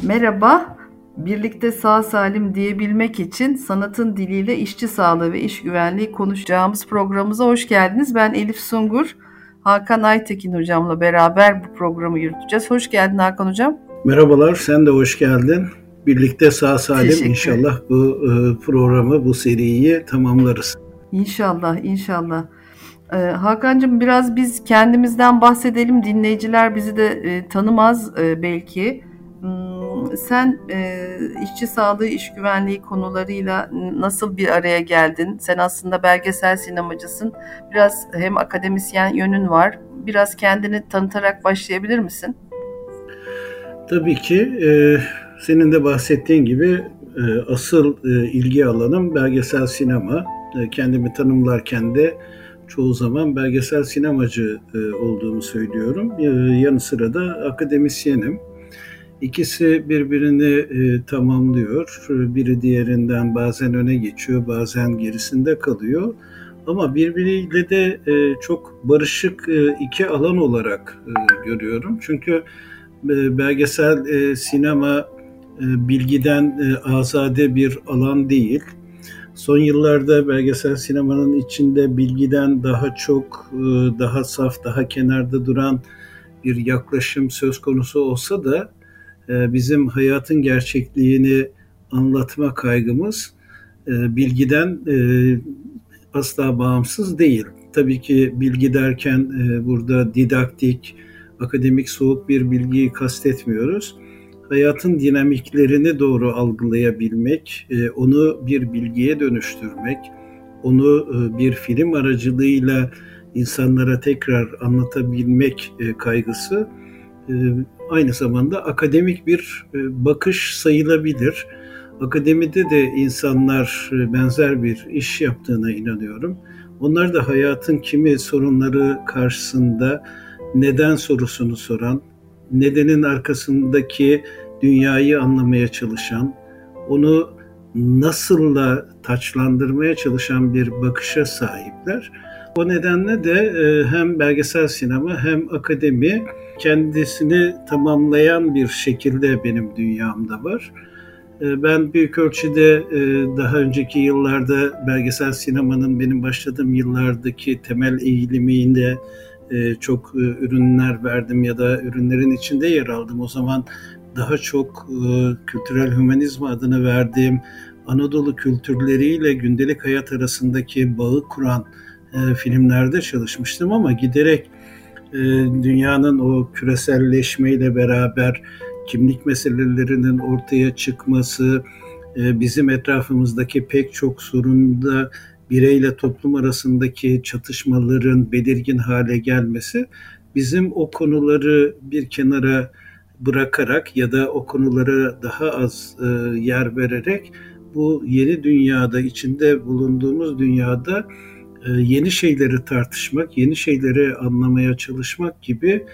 Merhaba, birlikte sağ salim diyebilmek için sanatın diliyle işçi sağlığı ve iş güvenliği konuşacağımız programımıza hoş geldiniz. Ben Elif Sungur, Hakan Aytekin hocamla beraber bu programı yürüteceğiz. Hoş geldin Hakan hocam. Merhabalar, sen de hoş geldin. Birlikte sağ salim Teşekkür inşallah bu programı, bu seriyi tamamlarız. İnşallah. Hakan'cığım biraz biz kendimizden bahsedelim. Dinleyiciler bizi de tanımaz belki. Sen işçi sağlığı, iş güvenliği konularıyla nasıl bir araya geldin? Sen aslında belgesel sinemacısın. Biraz hem akademisyen yönün var. Biraz kendini tanıtarak başlayabilir misin? Tabii ki senin de bahsettiğin gibi asıl ilgi alanım belgesel sinema. Kendimi tanımlarken de çoğu zaman belgesel sinemacı olduğumu söylüyorum. Yanı sıra da akademisyenim. İkisi birbirini tamamlıyor. Biri diğerinden bazen öne geçiyor, bazen gerisinde kalıyor. Ama birbiriyle de çok barışık iki alan olarak görüyorum. Çünkü belgesel sinema bilgiden azade bir alan değil. Son yıllarda belgesel sinemanın içinde bilgiden daha çok, daha saf, daha kenarda duran bir yaklaşım söz konusu olsa da bizim hayatın gerçekliğini anlatma kaygımız bilgiden asla bağımsız değil. Tabii ki bilgi derken burada didaktik, akademik soğuk bir bilgiyi kastetmiyoruz. Hayatın dinamiklerini doğru algılayabilmek, onu bir bilgiye dönüştürmek, onu bir film aracılığıyla insanlara tekrar anlatabilmek kaygısı aynı zamanda akademik bir bakış sayılabilir. Akademide de insanlar benzer bir iş yaptığına inanıyorum. Onlar da hayatın kimi sorunları karşısında neden sorusunu soran, nedenin arkasındaki dünyayı anlamaya çalışan, onu nasılla taçlandırmaya çalışan bir bakışa sahipler. O nedenle de hem belgesel sinema hem akademi kendisini tamamlayan bir şekilde benim dünyamda var. Ben büyük ölçüde daha önceki yıllarda belgesel sinemanın benim başladığım yıllardaki temel eğiliminde çok ürünler verdim ya da ürünlerin içinde yer aldım. O zaman daha çok kültürel hümanizm adını verdiğim Anadolu kültürleriyle gündelik hayat arasındaki bağı kuran filmlerde çalışmıştım ama giderek dünyanın o küreselleşmeyle beraber kimlik meselelerinin ortaya çıkması, bizim etrafımızdaki pek çok sorunda bireyle toplum arasındaki çatışmaların belirgin hale gelmesi bizim o konuları bir kenara bırakarak ya da o konulara daha az yer vererek bu yeni dünyada, içinde bulunduğumuz dünyada yeni şeyleri tartışmak, yeni şeyleri anlamaya çalışmak gibi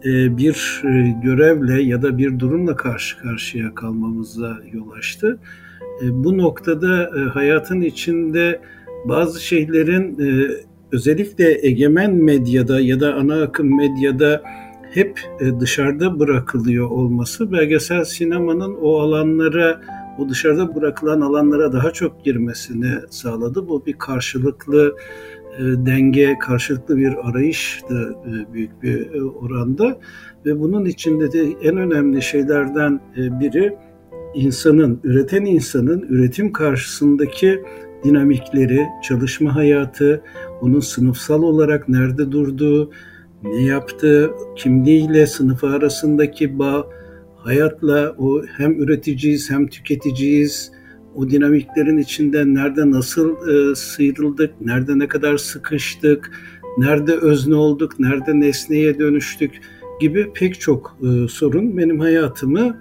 bir görevle ya da bir durumla karşı karşıya kalmamıza yol açtı. Bu noktada hayatın içinde bazı şeylerin özellikle egemen medyada ya da ana akım medyada hep dışarıda bırakılıyor olması belgesel sinemanın o alanlara, o dışarıda bırakılan alanlara daha çok girmesini sağladı. Bu bir karşılıklı denge, karşılıklı bir arayıştı büyük bir oranda ve bunun içinde de en önemli şeylerden biri üreten insanın üretim karşısındaki dinamikleri, çalışma hayatı, onun sınıfsal olarak nerede durduğu, ne yaptığı, kimliğiyle sınıfı arasındaki bağ, hayatla o hem üreticiyiz hem tüketiciyiz, o dinamiklerin içinden nerede nasıl sıyrıldık, nerede ne kadar sıkıştık, nerede özne olduk, nerede nesneye dönüştük gibi pek çok sorun benim hayatımı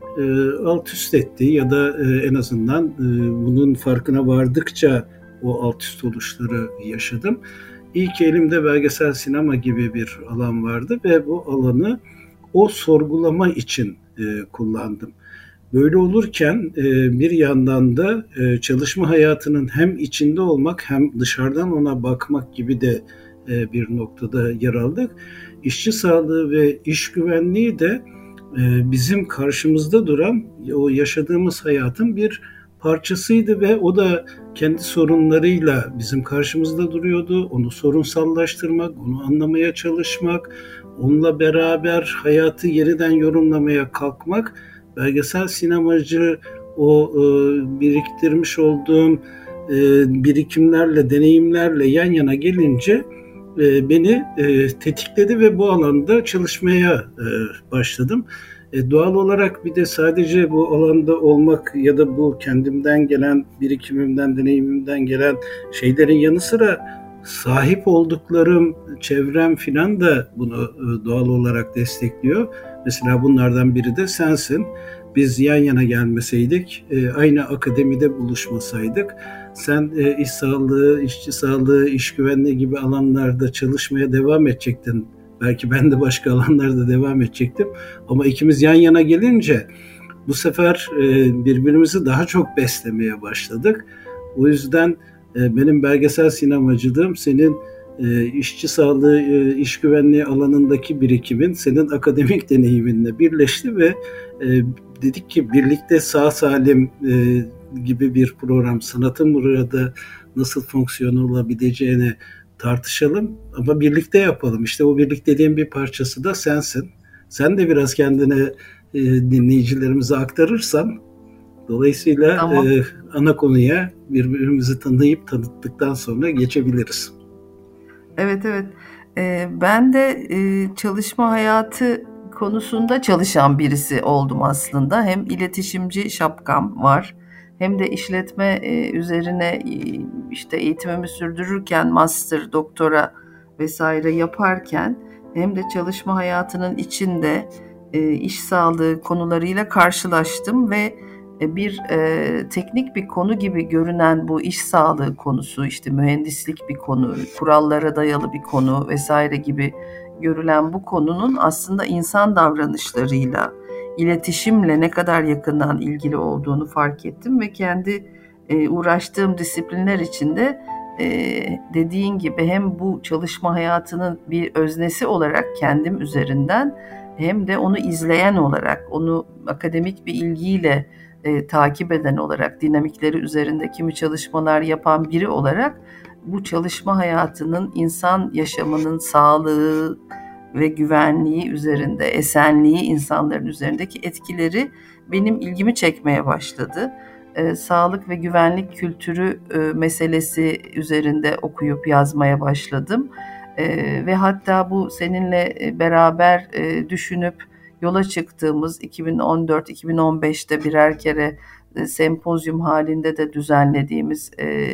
alt üst etti ya da en azından bunun farkına vardıkça o alt üst oluşları yaşadım. İlk elimde belgesel sinema gibi bir alan vardı ve bu alanı o sorgulama için kullandım. Böyle olurken bir yandan da çalışma hayatının hem içinde olmak hem dışarıdan ona bakmak gibi de bir noktada yer aldık. İşçi sağlığı ve iş güvenliği de bizim karşımızda duran o yaşadığımız hayatın bir parçasıydı ve o da kendi sorunlarıyla bizim karşımızda duruyordu. Onu sorunsallaştırmak, onu anlamaya çalışmak, onunla beraber hayatı yeniden yorumlamaya kalkmak, belgesel sinemacı o biriktirmiş olduğum birikimlerle, deneyimlerle yan yana gelince beni tetikledi ve bu alanda çalışmaya başladım. Doğal olarak bir de sadece bu alanda olmak ya da bu kendimden gelen birikimimden, deneyimimden gelen şeylerin yanı sıra sahip olduklarım, çevrem filan da bunu doğal olarak destekliyor. Mesela bunlardan biri de sensin. Biz yan yana gelmeseydik, aynı akademide buluşmasaydık, sen iş sağlığı, işçi sağlığı, iş güvenliği gibi alanlarda çalışmaya devam edecektin. Belki ben de başka alanlarda devam edecektim. Ama ikimiz yan yana gelince bu sefer birbirimizi daha çok beslemeye başladık. O yüzden benim belgesel sinemacılığım senin işçi sağlığı, iş güvenliği alanındaki birikimin senin akademik deneyiminle birleşti ve dedik ki birlikte sağ salim gibi bir program, sanatın burada nasıl fonksiyon olabileceğini tartışalım ama birlikte yapalım. İşte o birlikteliğin bir parçası da sensin. Sen de biraz kendine dinleyicilerimize aktarırsan, dolayısıyla Tamam. ana konuya birbirimizi tanıyıp tanıttıktan sonra geçebiliriz. Evet, evet. Ben de çalışma hayatı konusunda çalışan birisi oldum aslında. Hem iletişimci şapkam var, hem de işletme üzerine işte eğitimimi sürdürürken master, doktora vesaire yaparken hem de çalışma hayatının içinde iş sağlığı konularıyla karşılaştım ve bir teknik bir konu gibi görünen bu iş sağlığı konusu, işte mühendislik bir konu, kurallara dayalı bir konu vesaire gibi görülen bu konunun aslında insan davranışlarıyla, iletişimle ne kadar yakından ilgili olduğunu fark ettim ve kendi uğraştığım disiplinler içinde dediğin gibi hem bu çalışma hayatının bir öznesi olarak kendim üzerinden hem de onu izleyen olarak, onu akademik bir ilgiyle takip eden olarak, dinamikleri üzerinde kimi çalışmalar yapan biri olarak bu çalışma hayatının insan yaşamının sağlığı ve güvenliği üzerinde, esenliği insanların üzerindeki etkileri benim ilgimi çekmeye başladı. Sağlık ve güvenlik kültürü meselesi üzerinde okuyup yazmaya başladım. Ve hatta bu seninle beraber düşünüp yola çıktığımız 2014-2015'te birer kere sempozyum halinde de düzenlediğimiz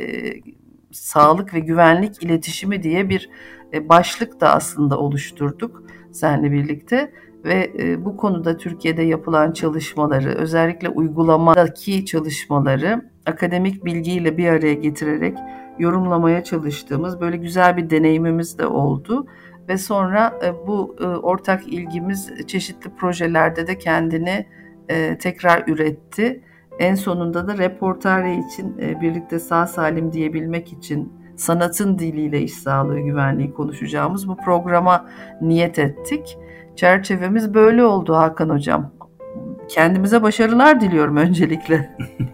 sağlık ve güvenlik iletişimi diye bir başlık da aslında oluşturduk seninle birlikte ve bu konuda Türkiye'de yapılan çalışmaları, özellikle uygulamadaki çalışmaları akademik bilgiyle bir araya getirerek yorumlamaya çalıştığımız böyle güzel bir deneyimimiz de oldu. Ve sonra bu ortak ilgimiz çeşitli projelerde de kendini tekrar üretti. En sonunda da Reportare için birlikte sağ salim diyebilmek için sanatın diliyle iş sağlığı güvenliği konuşacağımız bu programa niyet ettik. Çerçevemiz böyle oldu Hakan Hocam. Kendimize başarılar diliyorum öncelikle.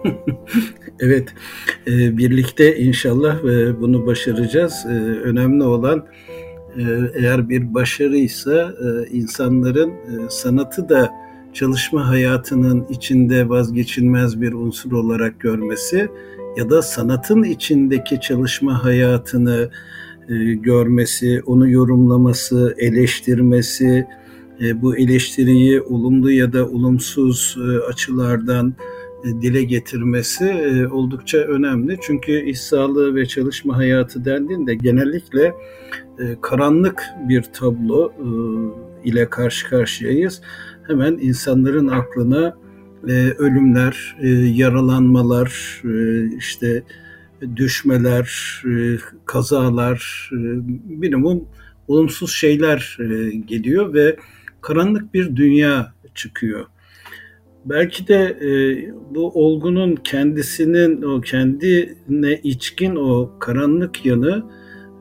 Evet, birlikte inşallah bunu başaracağız. Önemli olan eğer bir başarıysa insanların sanatı da çalışma hayatının içinde vazgeçilmez bir unsur olarak görmesi ya da sanatın içindeki çalışma hayatını görmesi, onu yorumlaması, eleştirmesi, bu eleştiriyi olumlu ya da olumsuz açılardan dile getirmesi oldukça önemli. Çünkü iş sağlığı ve çalışma hayatı dendiğinde genellikle karanlık bir tablo ile karşı karşıyayız. Hemen insanların aklına ölümler, yaralanmalar, işte düşmeler, kazalar, minimum olumsuz şeyler geliyor ve karanlık bir dünya çıkıyor. Belki de bu olgunun kendisinin o kendine içkin o karanlık yanı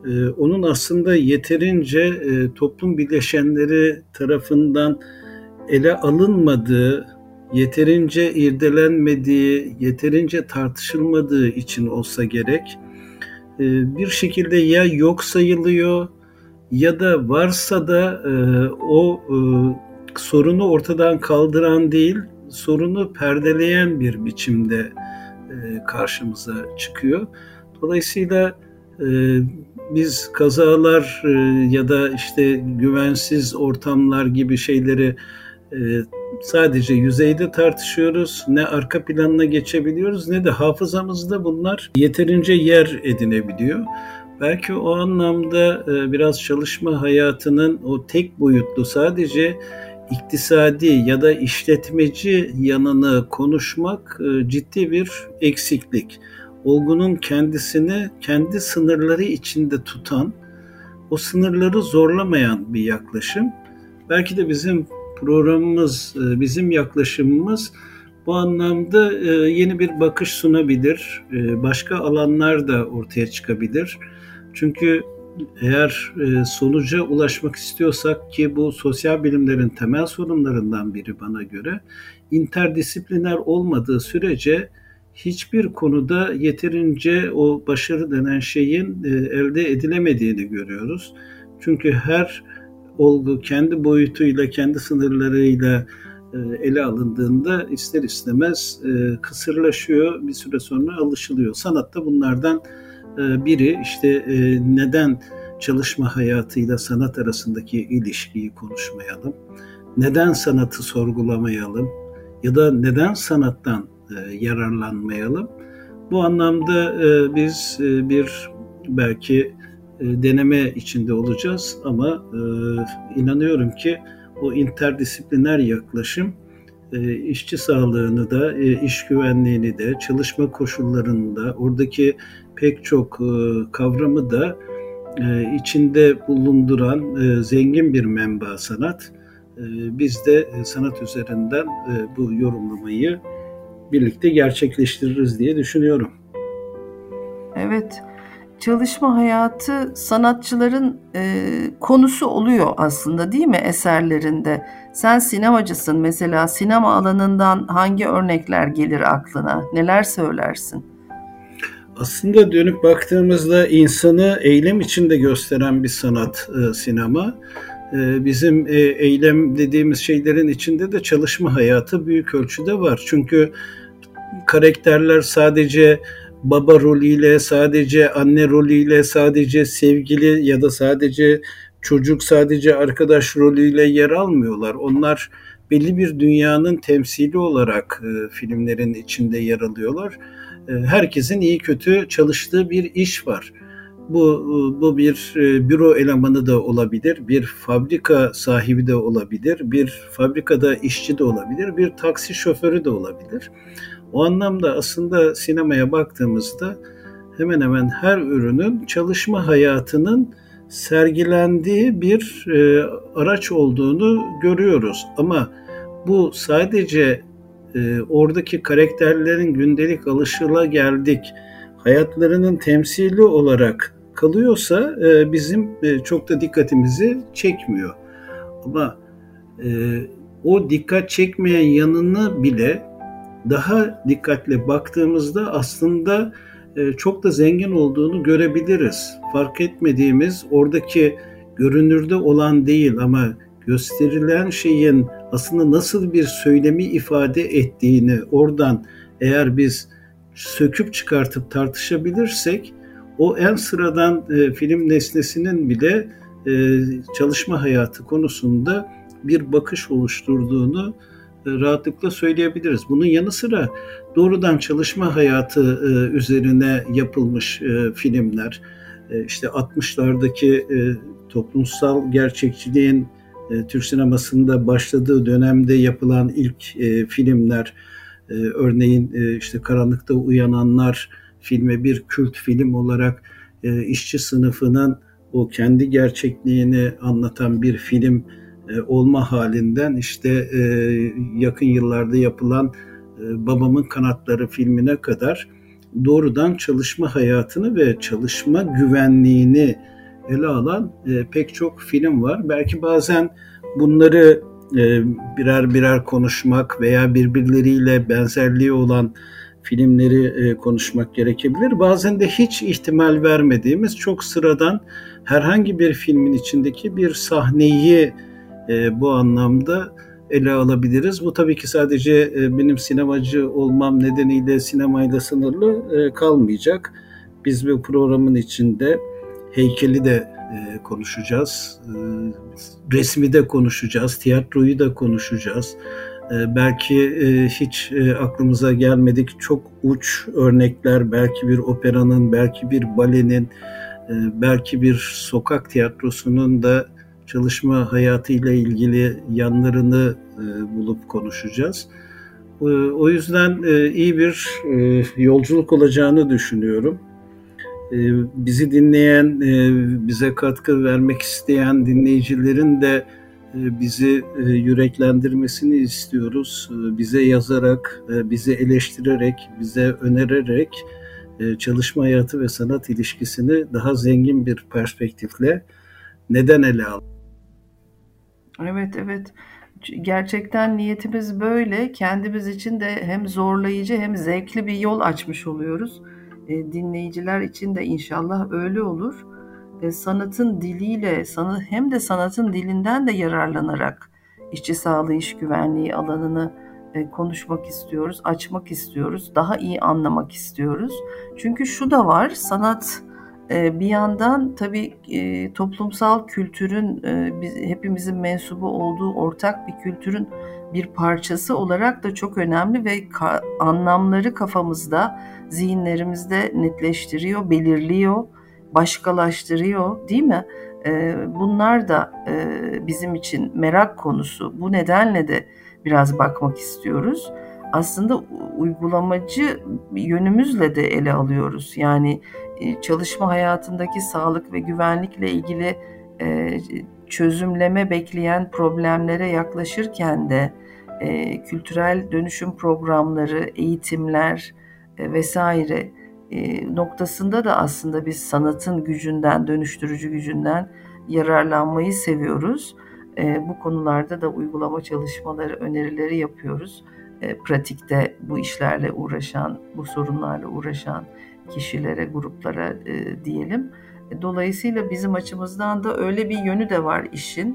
onun aslında yeterince toplum bileşenleri tarafından ele alınmadığı, yeterince irdelenmediği, yeterince tartışılmadığı için olsa gerek, bir şekilde ya yok sayılıyor ya da varsa da o sorunu ortadan kaldıran değil, sorunu perdeleyen bir biçimde karşımıza çıkıyor. Dolayısıyla biz kazalar ya da işte güvensiz ortamlar gibi şeyleri sadece yüzeyde tartışıyoruz. Ne arka planına geçebiliyoruz ne de hafızamızda bunlar yeterince yer edinebiliyor. Belki o anlamda biraz çalışma hayatının o tek boyutlu sadece iktisadi ya da işletmeci yanını konuşmak ciddi bir eksiklik. Olgunun kendisini kendi sınırları içinde tutan, o sınırları zorlamayan bir yaklaşım. Belki de bizim programımız, bizim yaklaşımımız bu anlamda yeni bir bakış sunabilir. Başka alanlar da ortaya çıkabilir. Çünkü eğer sonuca ulaşmak istiyorsak ki bu sosyal bilimlerin temel sorunlarından biri bana göre, interdisipliner olmadığı sürece hiçbir konuda yeterince o başarı denen şeyin elde edilemediğini görüyoruz. Çünkü her olgu kendi boyutuyla, kendi sınırlarıyla ele alındığında ister istemez kısırlaşıyor, bir süre sonra alışılıyor. Sanat da bunlardan biri. İşte neden çalışma hayatıyla sanat arasındaki ilişkiyi konuşmayalım? Neden sanatı sorgulamayalım? Ya da neden sanattan yararlanmayalım? Bu anlamda biz bir belki deneme içinde olacağız ama inanıyorum ki o interdisipliner yaklaşım işçi sağlığını da, iş güvenliğini de, çalışma koşullarını da, oradaki pek çok kavramı da içinde bulunduran zengin bir menba sanat. Biz de sanat üzerinden bu yorumlamayı birlikte gerçekleştiririz diye düşünüyorum. Evet, çalışma hayatı sanatçıların konusu oluyor aslında, değil mi, eserlerinde? Sen sinemacısın mesela, sinema alanından hangi örnekler gelir aklına? Neler söylersin? Aslında dönüp baktığımızda insanı eylem içinde gösteren bir sanat sinema. Bizim eylem dediğimiz şeylerin içinde de çalışma hayatı büyük ölçüde var. Çünkü karakterler sadece baba rolüyle, sadece anne rolüyle, sadece sevgili ya da sadece çocuk, sadece arkadaş rolüyle yer almıyorlar. Onlar belli bir dünyanın temsili olarak filmlerin içinde yer alıyorlar. Herkesin iyi kötü çalıştığı bir iş var. Bu bir büro elemanı da olabilir, bir fabrika sahibi de olabilir, bir fabrikada işçi de olabilir, bir taksi şoförü de olabilir. O anlamda aslında sinemaya baktığımızda hemen hemen her ürünün çalışma hayatının sergilendiği bir araç olduğunu görüyoruz. Ama bu sadece oradaki karakterlerin gündelik alışılageldik hayatlarının temsili olarak kalıyorsa bizim çok da dikkatimizi çekmiyor. Ama o dikkat çekmeyen yanını bile daha dikkatle baktığımızda aslında çok da zengin olduğunu görebiliriz. Fark etmediğimiz, oradaki görünürde olan değil ama gösterilen şeyin aslında nasıl bir söylemi ifade ettiğini oradan eğer biz söküp çıkartıp tartışabilirsek, o en sıradan film nesnesinin bile çalışma hayatı konusunda bir bakış oluşturduğunu rahatlıkla söyleyebiliriz. Bunun yanı sıra doğrudan çalışma hayatı üzerine yapılmış filmler, işte 60'lardaki toplumsal gerçekçiliğin Türk sinemasında başladığı dönemde yapılan ilk filmler, örneğin işte Karanlıkta Uyananlar filmi bir kült film olarak işçi sınıfının o kendi gerçekliğini anlatan bir film olma halinden işte yakın yıllarda yapılan Babamın Kanatları filmine kadar doğrudan çalışma hayatını ve çalışma güvenliğini ele alan pek çok film var. Belki bazen bunları birer birer konuşmak veya birbirleriyle benzerliği olan filmleri konuşmak gerekebilir. Bazen de hiç ihtimal vermediğimiz çok sıradan herhangi bir filmin içindeki bir sahneyi bu anlamda ele alabiliriz. Bu tabii ki sadece benim sinemacı olmam nedeniyle sinemayla sınırlı kalmayacak. Biz bu programın içinde heykeli de konuşacağız, resmi de konuşacağız, tiyatroyu da konuşacağız. Belki hiç aklımıza gelmedik çok uç örnekler, belki bir operanın, belki bir balenin, belki bir sokak tiyatrosunun da çalışma hayatıyla ilgili yanlarını bulup konuşacağız. O yüzden iyi bir yolculuk olacağını düşünüyorum. Bizi dinleyen, bize katkı vermek isteyen dinleyicilerin de bizi yüreklendirmesini istiyoruz. Bize yazarak, bizi eleştirerek, bize önererek çalışma hayatı ve sanat ilişkisini daha zengin bir perspektifle neden ele al? Evet, evet. Gerçekten niyetimiz böyle. Kendimiz için de hem zorlayıcı hem zevkli bir yol açmış oluyoruz. Dinleyiciler için de inşallah öyle olur. Sanatın diliyle, hem de sanatın dilinden de yararlanarak işçi sağlığı, iş güvenliği alanını konuşmak istiyoruz, açmak istiyoruz, daha iyi anlamak istiyoruz. Çünkü şu da var, sanat bir yandan tabii toplumsal kültürün, hepimizin mensubu olduğu ortak bir kültürün bir parçası olarak da çok önemli ve anlamları kafamızda, zihinlerimizde netleştiriyor, belirliyor, başkalaştırıyor, değil mi? Bunlar da bizim için merak konusu. Bu nedenle de biraz bakmak istiyoruz. Aslında uygulamacı yönümüzle de ele alıyoruz. Yani çalışma hayatındaki sağlık ve güvenlikle ilgili çözümleme bekleyen problemlere yaklaşırken de kültürel dönüşüm programları, eğitimler vesaire noktasında da aslında biz sanatın gücünden, dönüştürücü gücünden yararlanmayı seviyoruz. Bu konularda da uygulama çalışmaları, önerileri yapıyoruz. Pratikte bu işlerle uğraşan, bu sorunlarla uğraşan kişilere, gruplara diyelim. Dolayısıyla bizim açımızdan da öyle bir yönü de var işin.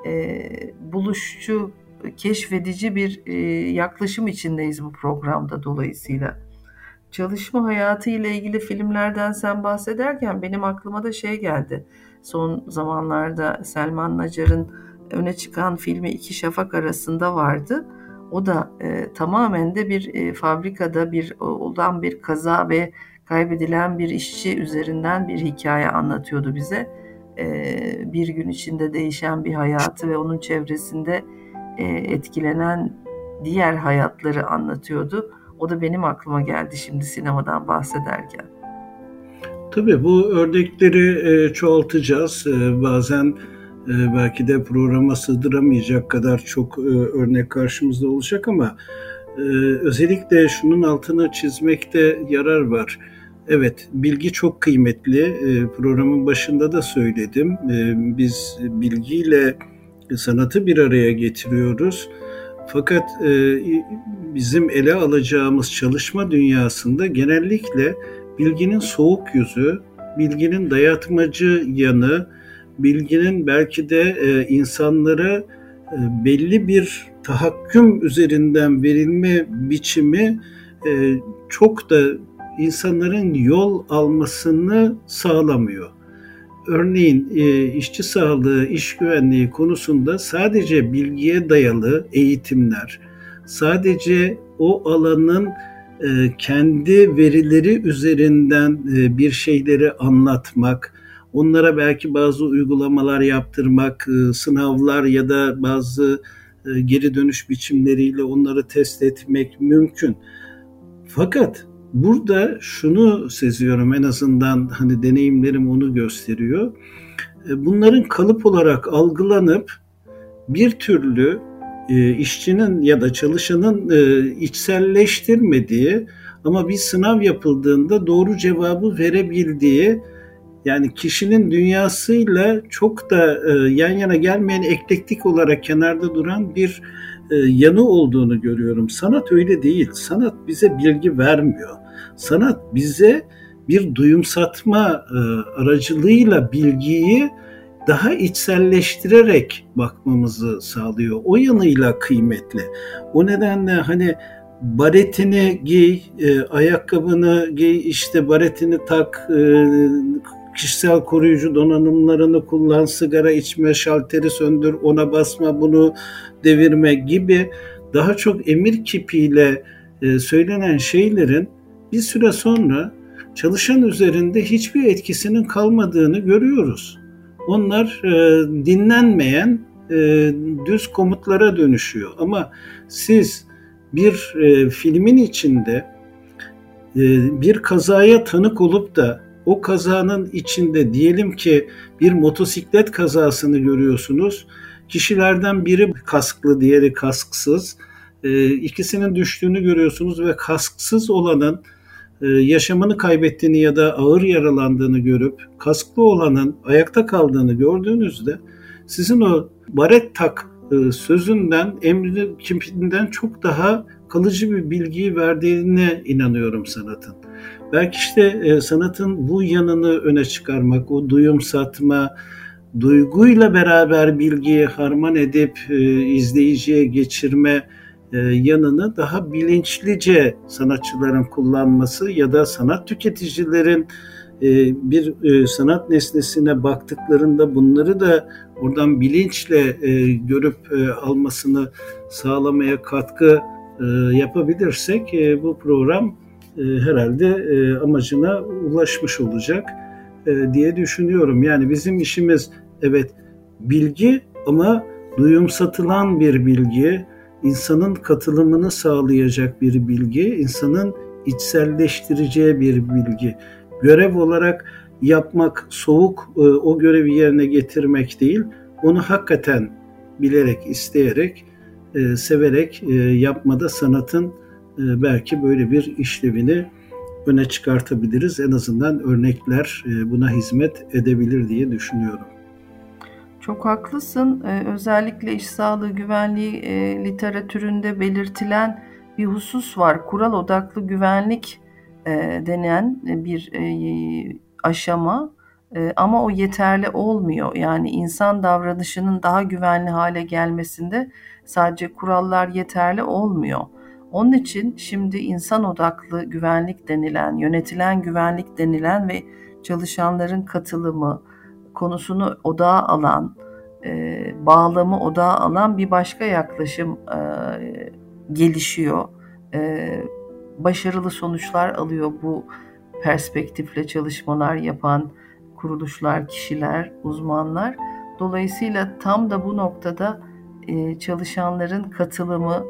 Buluşçu, keşfedici bir yaklaşım içindeyiz bu programda dolayısıyla. Çalışma hayatı ile ilgili filmlerden sen bahsederken benim aklıma da şey geldi. Son zamanlarda Selman Nacar'ın öne çıkan filmi İki Şafak Arasında vardı. O da tamamen de bir fabrikada olan bir kaza ve kaybedilen bir işçi üzerinden bir hikaye anlatıyordu bize. Bir gün içinde değişen bir hayatı ve onun çevresinde etkilenen diğer hayatları anlatıyordu. O da benim aklıma geldi şimdi sinemadan bahsederken. Tabii bu örnekleri çoğaltacağız. Bazen belki de programa sığdıramayacak kadar çok örnek karşımızda olacak ama özellikle şunun altını çizmekte yarar var. Evet, bilgi çok kıymetli. Programın başında da söyledim. Biz bilgiyle sanatı bir araya getiriyoruz. Fakat bizim ele alacağımız çalışma dünyasında genellikle bilginin soğuk yüzü, bilginin dayatmacı yanı, bilginin belki de insanlara belli bir tahakküm üzerinden verilme biçimi çok da insanların yol almasını sağlamıyor. Örneğin işçi sağlığı, iş güvenliği konusunda sadece bilgiye dayalı eğitimler, sadece o alanın kendi verileri üzerinden bir şeyleri anlatmak, onlara belki bazı uygulamalar yaptırmak, sınavlar ya da bazı geri dönüş biçimleriyle onları test etmek mümkün. Fakat burada şunu seziyorum, en azından hani deneyimlerim onu gösteriyor. Bunların kalıp olarak algılanıp bir türlü işçinin ya da çalışanın içselleştirmediği ama bir sınav yapıldığında doğru cevabı verebildiği Yani kişinin dünyasıyla çok da yan yana gelmeyen, eklektik olarak kenarda duran bir yanı olduğunu görüyorum. Sanat öyle değil. Sanat bize bilgi vermiyor. Sanat bize bir duyumsatma aracılığıyla bilgiyi daha içselleştirerek bakmamızı sağlıyor. O yanıyla kıymetli. O nedenle hani baretini giy, ayakkabını giy, işte baretini tak, kişisel koruyucu donanımlarını kullan, sigara içme, şalteri söndür, ona basma, bunu devirme gibi daha çok emir kipiyle söylenen şeylerin bir süre sonra çalışan üzerinde hiçbir etkisinin kalmadığını görüyoruz. Onlar dinlenmeyen düz komutlara dönüşüyor. Ama siz bir filmin içinde bir kazaya tanık olup da o kazanın içinde diyelim ki bir motosiklet kazasını görüyorsunuz. Kişilerden biri kasklı, diğeri kasksız. İkisinin düştüğünü görüyorsunuz ve kasksız olanın yaşamını kaybettiğini ya da ağır yaralandığını görüp kasklı olanın ayakta kaldığını gördüğünüzde sizin o baret tak sözünden, emri kipinden çok daha kalıcı bir bilgiyi verdiğine inanıyorum sanatın. Belki işte sanatın bu yanını öne çıkarmak, o duyumsatma, duyguyla beraber bilgiyi harman edip izleyiciye geçirme yanını daha bilinçlice sanatçıların kullanması ya da sanat tüketicilerin bir sanat nesnesine baktıklarında bunları da oradan bilinçle görüp almasını sağlamaya katkı yapabilirsek bu program herhalde amacına ulaşmış olacak diye düşünüyorum. Yani bizim işimiz evet bilgi ama duyumsatılan bir bilgi, insanın katılımını sağlayacak bir bilgi, insanın içselleştireceği bir bilgi. Görev olarak yapmak, soğuk o görevi yerine getirmek değil, onu hakikaten bilerek, isteyerek, severek yapmada sanatın belki böyle bir işlevini öne çıkartabiliriz. En azından örnekler buna hizmet edebilir diye düşünüyorum. Çok haklısın. Özellikle iş sağlığı güvenliği literatüründe belirtilen bir husus var. Kural odaklı güvenlik denen bir aşama ama o yeterli olmuyor. Yani insan davranışının daha güvenli hale gelmesinde sadece kurallar yeterli olmuyor. Onun için şimdi insan odaklı güvenlik denilen, yönetilen güvenlik denilen ve çalışanların katılımı konusunu odağa alan, bağlamı odağa alan bir başka yaklaşım gelişiyor. Başarılı sonuçlar alıyor bu perspektifle çalışmalar yapan kuruluşlar, kişiler, uzmanlar. Dolayısıyla tam da bu noktada çalışanların katılımı,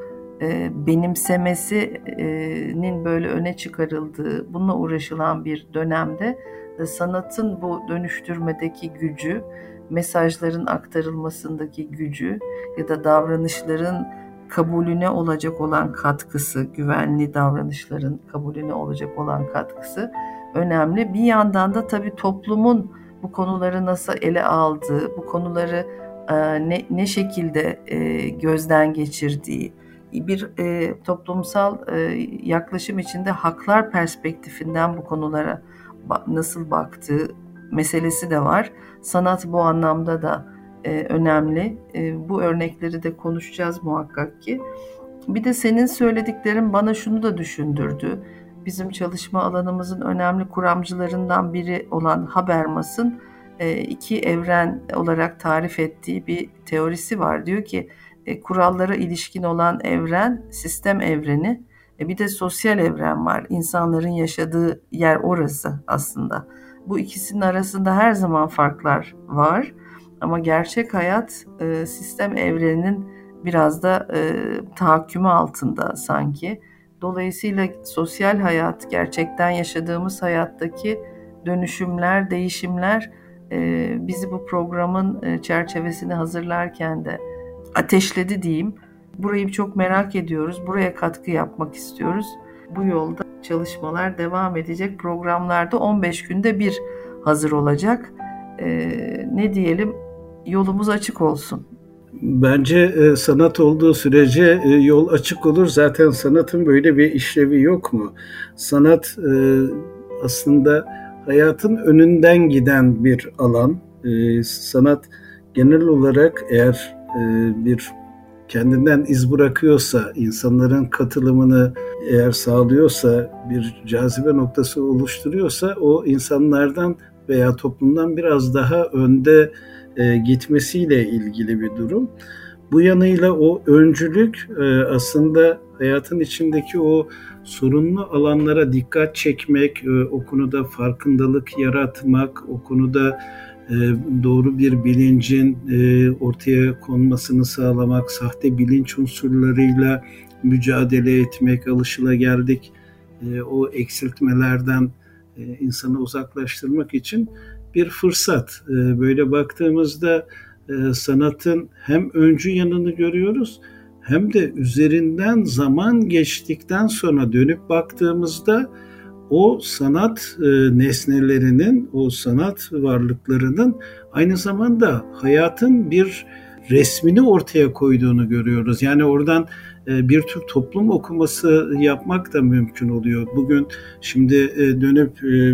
benimsemesinin böyle öne çıkarıldığı, bununla uğraşılan bir dönemde sanatın bu dönüştürmedeki gücü, mesajların aktarılmasındaki gücü ya da davranışların kabulüne olacak olan katkısı, güvenli davranışların kabulüne olacak olan katkısı önemli. Bir yandan da tabii toplumun bu konuları nasıl ele aldığı, bu konuları ne şekilde gözden geçirdiği, bir toplumsal yaklaşım içinde haklar perspektifinden bu konulara nasıl baktığı meselesi de var. Sanat bu anlamda da önemli. Bu örnekleri de konuşacağız muhakkak ki. Bir de senin söylediklerin bana şunu da düşündürdü. Bizim çalışma alanımızın önemli kuramcılarından biri olan Habermas'ın iki evren olarak tarif ettiği bir teorisi var. Diyor ki kurallara ilişkin olan evren sistem evreni, bir de sosyal evren var. İnsanların yaşadığı yer orası aslında. Bu ikisinin arasında her zaman farklar var. Ama gerçek hayat sistem evreninin biraz da tahakkümü altında sanki. Dolayısıyla sosyal hayat, gerçekten yaşadığımız hayattaki dönüşümler, değişimler bizi bu programın çerçevesini hazırlarken de ateşledi diyeyim. Burayı çok merak ediyoruz. Buraya katkı yapmak istiyoruz. Bu yolda çalışmalar devam edecek. Programlarda 15 günde bir hazır olacak. Ne diyelim? Yolumuz açık olsun. Bence sanat olduğu sürece yol açık olur. Zaten sanatın böyle bir işlevi yok mu? Sanat aslında hayatın önünden giden bir alan. Sanat genel olarak eğer bir kendinden iz bırakıyorsa, insanların katılımını eğer sağlıyorsa, bir cazibe noktası oluşturuyorsa o insanlardan veya toplumdan biraz daha önde gitmesiyle ilgili bir durum. Bu yanıyla o öncülük aslında hayatın içindeki o sorunlu alanlara dikkat çekmek, o konuda farkındalık yaratmak, o konuda doğru bir bilincin ortaya konmasını sağlamak, sahte bilinç unsurlarıyla mücadele etmek, alışılageldik o eksiltmelerden insanı uzaklaştırmak için bir fırsat. Böyle baktığımızda sanatın hem öncü yanını görüyoruz hem de üzerinden zaman geçtikten sonra dönüp baktığımızda o sanat nesnelerinin, o sanat varlıklarının aynı zamanda hayatın bir resmini ortaya koyduğunu görüyoruz. Yani oradan bir tür toplum okuması yapmak da mümkün oluyor. Bugün şimdi dönüp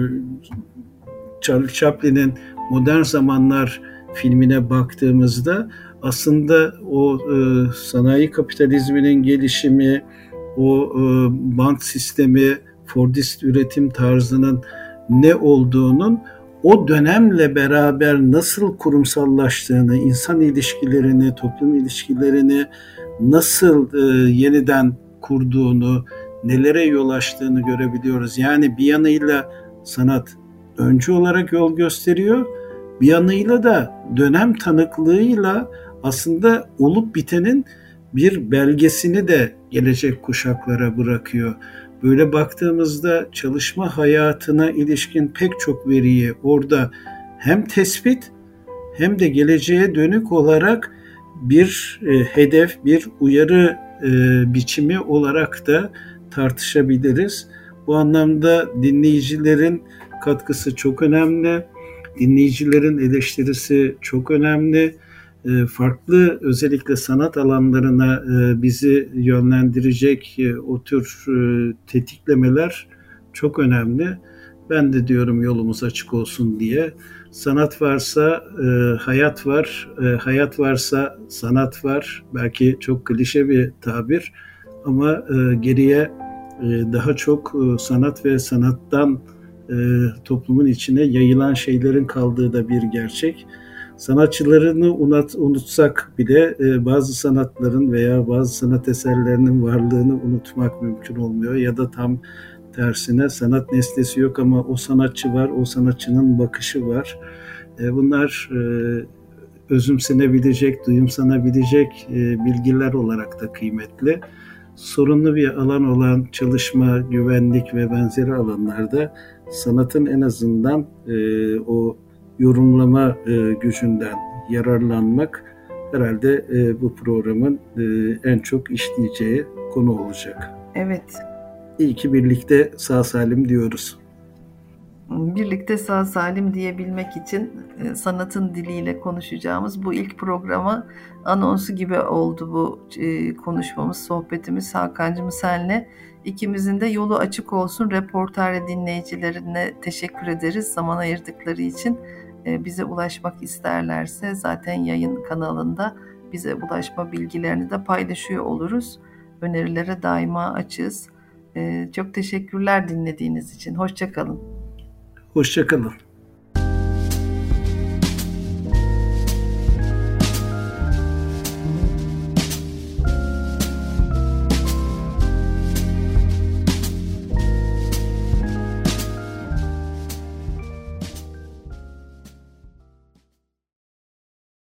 Charlie Chaplin'in Modern Zamanlar filmine baktığımızda aslında o sanayi kapitalizminin gelişimi, o bant sistemi, Fordist üretim tarzının ne olduğunun o dönemle beraber nasıl kurumsallaştığını, insan ilişkilerini, toplum ilişkilerini nasıl yeniden kurduğunu, nelere yol açtığını görebiliyoruz. Yani bir yanıyla sanat öncü olarak yol gösteriyor, bir yanıyla da dönem tanıklığıyla aslında olup bitenin bir belgesini de gelecek kuşaklara bırakıyor. Böyle baktığımızda çalışma hayatına ilişkin pek çok veriyi orada hem tespit hem de geleceğe dönük olarak bir hedef, bir uyarı biçimi olarak da tartışabiliriz. Bu anlamda dinleyicilerin katkısı çok önemli. Dinleyicilerin eleştirisi çok önemli. Farklı özellikle sanat alanlarına bizi yönlendirecek o tür tetiklemeler çok önemli. Ben de diyorum yolumuz açık olsun diye. Sanat varsa hayat var, hayat varsa sanat var. Belki çok klişe bir tabir ama geriye daha çok sanat ve sanattan toplumun içine yayılan şeylerin kaldığı da bir gerçek. Sanatçılarını unutsak bile bazı sanatların veya bazı sanat eserlerinin varlığını unutmak mümkün olmuyor. Ya da tam tersine sanat nesnesi yok ama o sanatçı var, o sanatçının bakışı var. Bunlar özümsenebilecek, duyumsanabilecek bilgiler olarak da kıymetli. Sorunlu bir alan olan çalışma, güvenlik ve benzeri alanlarda sanatın en azından o yorumlama gücünden yararlanmak herhalde bu programın en çok işleyeceği konu olacak. Evet. İyi ki birlikte sağ salim diyoruz. Birlikte sağ salim diyebilmek için sanatın diliyle konuşacağımız bu ilk programa anonsu gibi oldu bu konuşmamız, sohbetimiz Hakan'cığım senle. İkimizin de yolu açık olsun. Reporter dinleyicilerine teşekkür ederiz zaman ayırdıkları için. Bize ulaşmak isterlerse zaten yayın kanalında bize ulaşma bilgilerini de paylaşıyor oluruz. Önerilere daima açığız. Çok teşekkürler dinlediğiniz için. Hoşça kalın. Hoşça kalın.